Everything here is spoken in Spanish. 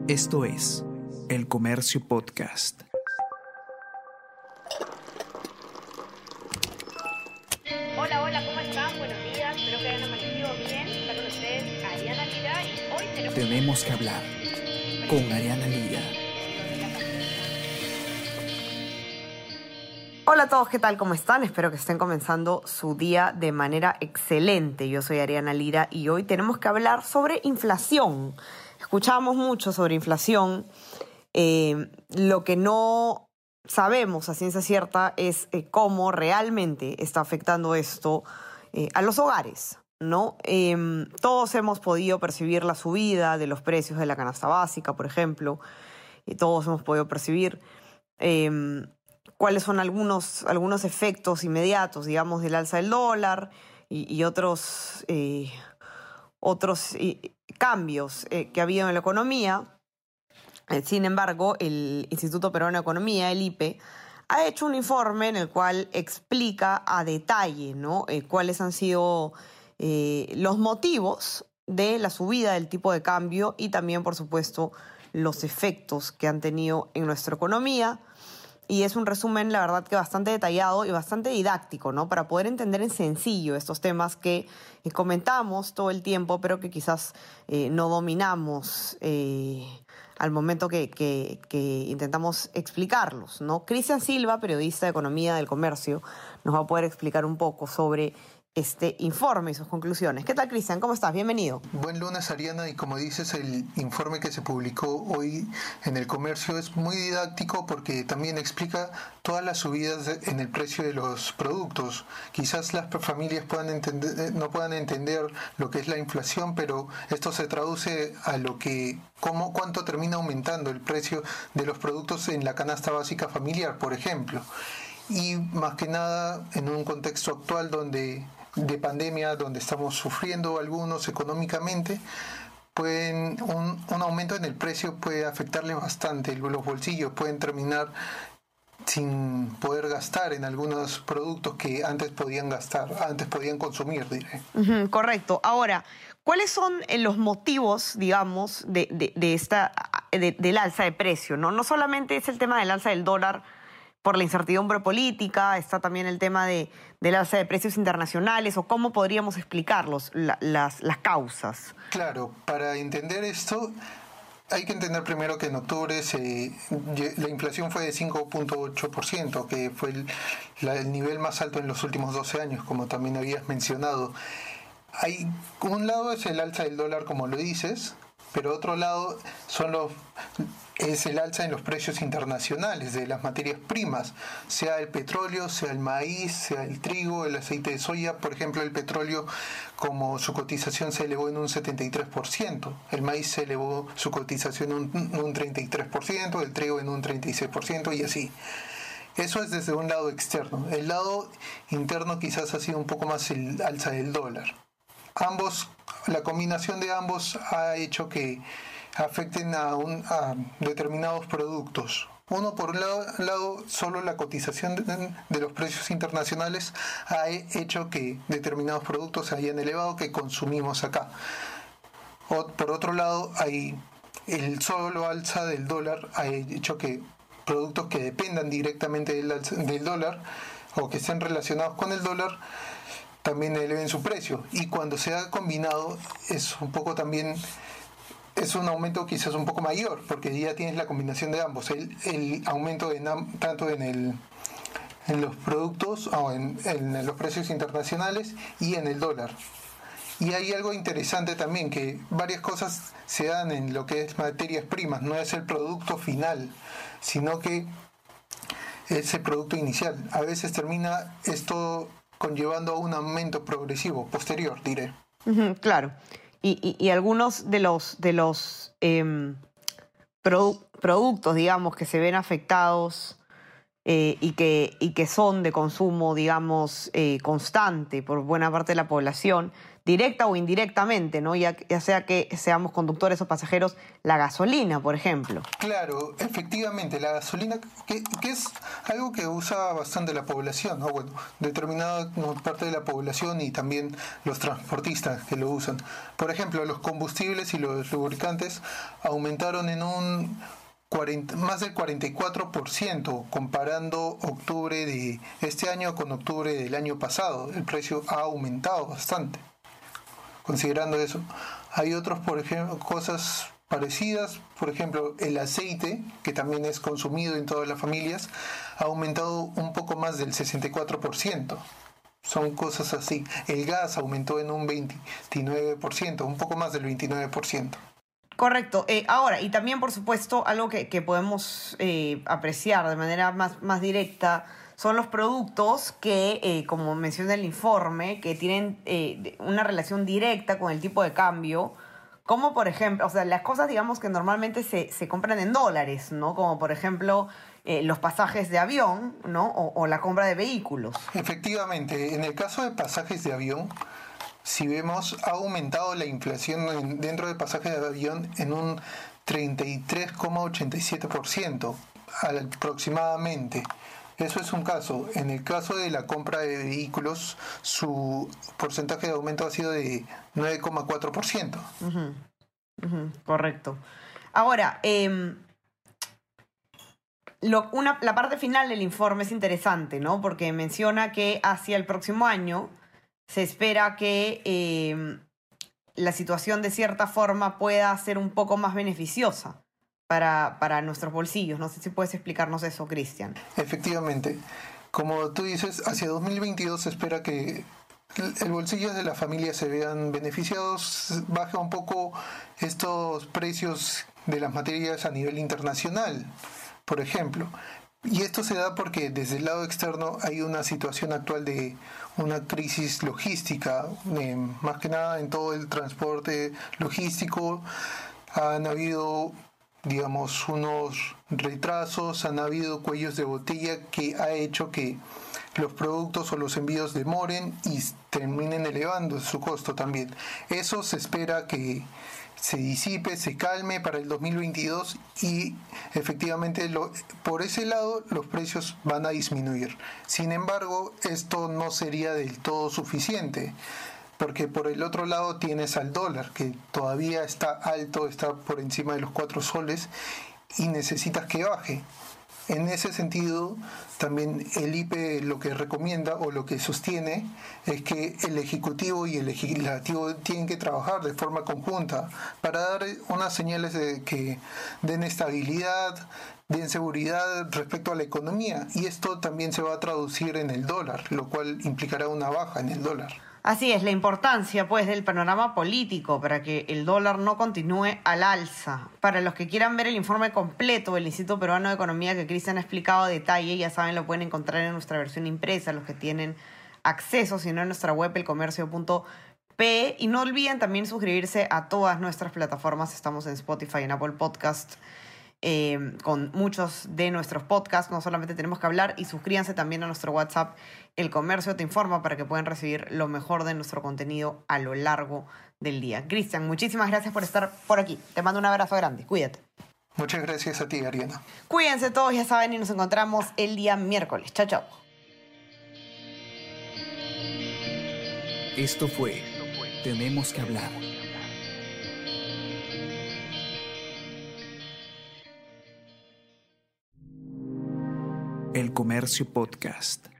Esto es El Comercio Podcast. Hola, ¿cómo están? Buenos días, espero que hayan amanecido bien. Está con ustedes Ariana Lira y hoy Tenemos que hablar con Ariana Lira. Hola a todos, ¿qué tal? ¿Cómo están? Espero que estén comenzando su día de manera excelente. Yo soy Ariana Lira y hoy tenemos que hablar sobre inflación. Escuchamos mucho sobre inflación. Lo que no sabemos a ciencia cierta es cómo realmente está afectando esto a los hogares, ¿no? Todos hemos podido percibir la subida de los precios de la canasta básica, por ejemplo. Todos hemos podido percibir cuáles son algunos efectos inmediatos, digamos, del alza del dólar y otros cambios que ha habido en la economía. Sin embargo, el Instituto Peruano de Economía, el IPE, ha hecho un informe en el cual explica a detalle, ¿no? Cuáles han sido los motivos de la subida del tipo de cambio y también, por supuesto, los efectos que han tenido en nuestra economía. Y es un resumen, la verdad, que bastante detallado y bastante didáctico, ¿no? Para poder entender en sencillo estos temas que comentamos todo el tiempo, pero que quizás no dominamos al momento que intentamos explicarlos, ¿no? Cristian Silva, periodista de Economía del Comercio, nos va a poder explicar un poco sobre este informe y sus conclusiones. ¿Qué tal, Cristian? ¿Cómo estás? Bienvenido. Buen lunes, Ariana, y como dices, el informe que se publicó hoy en El Comercio es muy didáctico porque también explica todas las subidas en el precio de los productos. Quizás las familias no puedan entender lo que es la inflación, pero esto se traduce a cuánto termina aumentando el precio de los productos en la canasta básica familiar, por ejemplo. Y más que nada en un contexto actual de pandemia, donde estamos sufriendo algunos económicamente, un aumento en el precio puede afectarle bastante. Los bolsillos pueden terminar sin poder gastar en algunos productos que antes podían consumir, diré. Correcto. Ahora, ¿cuáles son los motivos, digamos, del alza de precio, ¿no? No solamente es el tema del alza del dólar por la incertidumbre política, está también el tema del alza de precios internacionales, o cómo podríamos explicarlos, las causas. Claro, para entender esto hay que entender primero que en octubre la inflación fue de 5.8%, que fue el nivel más alto en los últimos 12 años, como también habías mencionado. Un lado es el alza del dólar, como lo dices, pero otro lado es el alza en los precios internacionales de las materias primas, sea el petróleo, sea el maíz, sea el trigo, el aceite de soya. Por ejemplo, el petróleo, como su cotización se elevó en un 73%, el maíz se elevó su cotización en un 33%, el trigo en un 36% y así. Eso es desde un lado externo. El lado interno quizás ha sido un poco más el alza del dólar. La combinación de ambos ha hecho que afecten a determinados productos. Uno, por un lado, solo la cotización de los precios internacionales ha hecho que determinados productos se hayan elevado que consumimos acá. Por otro lado, el solo alza del dólar ha hecho que productos que dependan directamente del dólar o que estén relacionados con el dólar también eleven su precio. Y cuando se ha combinado es un aumento quizás un poco mayor, porque ya tienes la combinación de ambos, el aumento tanto en los productos o en los precios internacionales y en el dólar. Y hay algo interesante también, que varias cosas se dan en lo que es materias primas, no es el producto final, sino que es el producto inicial. A veces termina esto conllevando a un aumento progresivo, posterior, diré. Claro. Y algunos de los productos, digamos, que se ven afectados y que son de consumo, digamos, constante por buena parte de la población, directa o indirectamente, ¿no? Ya sea que seamos conductores o pasajeros, la gasolina, por ejemplo. Claro, efectivamente, la gasolina, que es algo que usa bastante la población, ¿no? Bueno, determinada parte de la población y también los transportistas que lo usan. Por ejemplo, los combustibles y los lubricantes aumentaron en más del 44%, comparando octubre de este año con octubre del año pasado. El precio ha aumentado bastante. Considerando eso, hay otros, por ejemplo, cosas parecidas, por ejemplo, el aceite, que también es consumido en todas las familias, ha aumentado un poco más del 64%. Son cosas así. El gas aumentó en un 29%, un poco más del 29%. Correcto. Ahora, y también, por supuesto, algo que podemos apreciar de manera más directa son los productos que, como menciona el informe, que tienen una relación directa con el tipo de cambio, como por ejemplo, o sea, las cosas, digamos, que normalmente se compran en dólares, ¿no? Como por ejemplo los pasajes de avión, ¿no? O la compra de vehículos. Efectivamente, en el caso de pasajes de avión, si vemos, ha aumentado la inflación dentro de pasajes de avión en un 33,87% aproximadamente. Eso es un caso. En el caso de la compra de vehículos, su porcentaje de aumento ha sido de 9,4%. Correcto. Ahora, la parte final del informe es interesante, ¿no? Porque menciona que hacia el próximo año se espera que la situación de cierta forma pueda ser un poco más beneficiosa para nuestros bolsillos. No sé si puedes explicarnos eso, Cristian. Efectivamente. Como tú dices, hacia 2022 se espera que el bolsillo de las familias se vean beneficiados, baja un poco estos precios de las materias a nivel internacional, por ejemplo. Y esto se da porque desde el lado externo hay una situación actual de una crisis logística, más que nada en todo el transporte logístico. Han habido, digamos, unos retrasos, han habido cuellos de botella que ha hecho que los productos o los envíos demoren y terminen elevando su costo también. Eso se espera que se disipe, se calme para el 2022 y efectivamente por ese lado los precios van a disminuir. Sin embargo, esto no sería del todo suficiente, porque por el otro lado tienes al dólar, que todavía está alto, está por encima de los 4 soles y necesitas que baje. En ese sentido, también el IPE lo que recomienda o lo que sostiene es que el Ejecutivo y el Legislativo tienen que trabajar de forma conjunta para dar unas señales de que den estabilidad, den seguridad respecto a la economía. Y esto también se va a traducir en el dólar, lo cual implicará una baja en el dólar. Así es, la importancia pues del panorama político para que el dólar no continúe al alza. Para los que quieran ver el informe completo del Instituto Peruano de Economía que Cristian ha explicado a detalle, ya saben, lo pueden encontrar en nuestra versión impresa, los que tienen acceso, si no en nuestra web, elcomercio.pe. Y no olviden también suscribirse a todas nuestras plataformas, estamos en Spotify, en Apple Podcast, con muchos de nuestros podcasts, no solamente tenemos que hablar, y suscríbanse también a nuestro WhatsApp, El Comercio Te Informa, para que puedan recibir lo mejor de nuestro contenido a lo largo del día. Cristian, muchísimas gracias por estar por aquí. Te mando un abrazo grande. Cuídate. Muchas gracias a ti, Ariana. Cuídense todos, ya saben, y nos encontramos el día miércoles. Chao, chao. Esto fue Tenemos que hablar. El Comercio Podcast.